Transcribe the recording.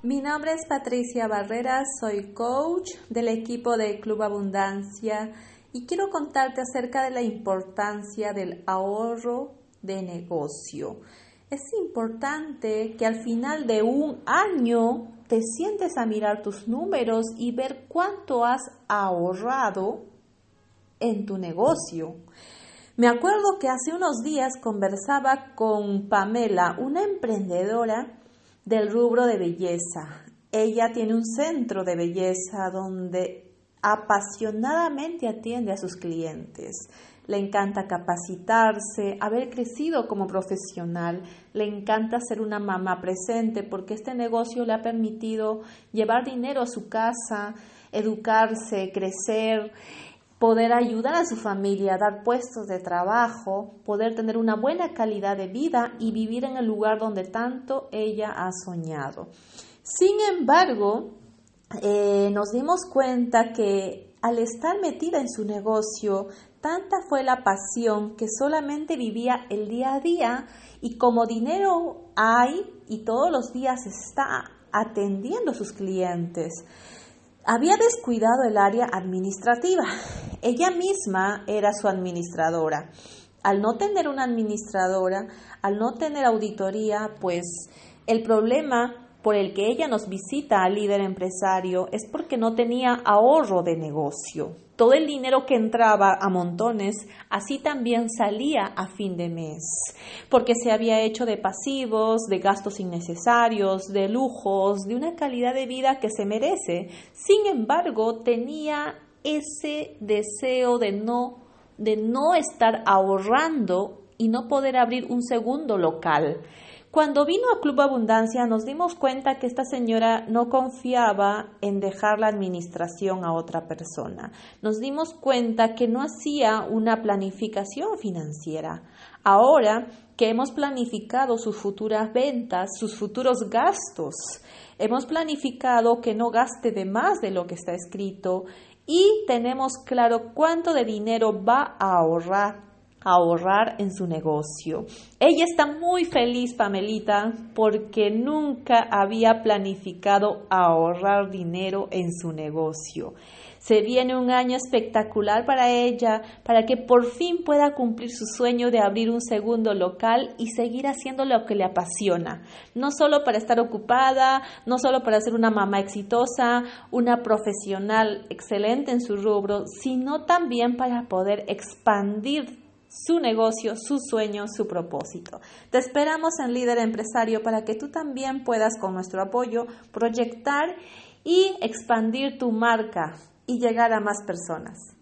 Mi nombre es Patricia Barreras, soy coach del equipo de Club Abundancia y quiero contarte acerca de la importancia del ahorro de negocio. Es importante que al final de un año te sientes a mirar tus números y ver cuánto has ahorrado en tu negocio. Me acuerdo que hace unos días conversaba con Pamela, una emprendedora del rubro de belleza. Ella tiene un centro de belleza donde apasionadamente atiende a sus clientes. Le encanta capacitarse, haber crecido como profesional. Le encanta ser una mamá presente porque este negocio le ha permitido llevar dinero a su casa, educarse, crecer, poder ayudar a su familia, dar puestos de trabajo, poder tener una buena calidad de vida y vivir en el lugar donde tanto ella ha soñado. Sin embargo, nos dimos cuenta que al estar metida en su negocio, tanta fue la pasión que solamente vivía el día a día y como dinero hay y todos los días está atendiendo a sus clientes, había descuidado el área administrativa. Ella misma era su administradora. Al no tener una administradora, al no tener auditoría, pues el problema por el que ella nos visita al líder empresario es porque no tenía ahorro de negocio. Todo el dinero que entraba a montones, así también salía a fin de mes, porque se había hecho de pasivos, de gastos innecesarios, de lujos, de una calidad de vida que se merece. Sin embargo, tenía ese deseo de no estar ahorrando y no poder abrir un segundo local. Cuando vino a Club Abundancia nos dimos cuenta que esta señora no confiaba en dejar la administración a otra persona. Nos dimos cuenta que no hacía una planificación financiera. Ahora que hemos planificado sus futuras ventas, sus futuros gastos, hemos planificado que no gaste de más de lo que está escrito y tenemos claro cuánto de dinero va a ahorrar en su negocio. Ella está muy feliz, Pamelita, porque nunca había planificado ahorrar dinero en su negocio. Se viene un año espectacular para ella, para que por fin pueda cumplir su sueño de abrir un segundo local y seguir haciendo lo que le apasiona. No solo para estar ocupada, no solo para ser una mamá exitosa, una profesional excelente en su rubro, sino también para poder expandir su negocio, su sueño, su propósito. Te esperamos en Líder Empresario para que tú también puedas, con nuestro apoyo, proyectar y expandir tu marca y llegar a más personas.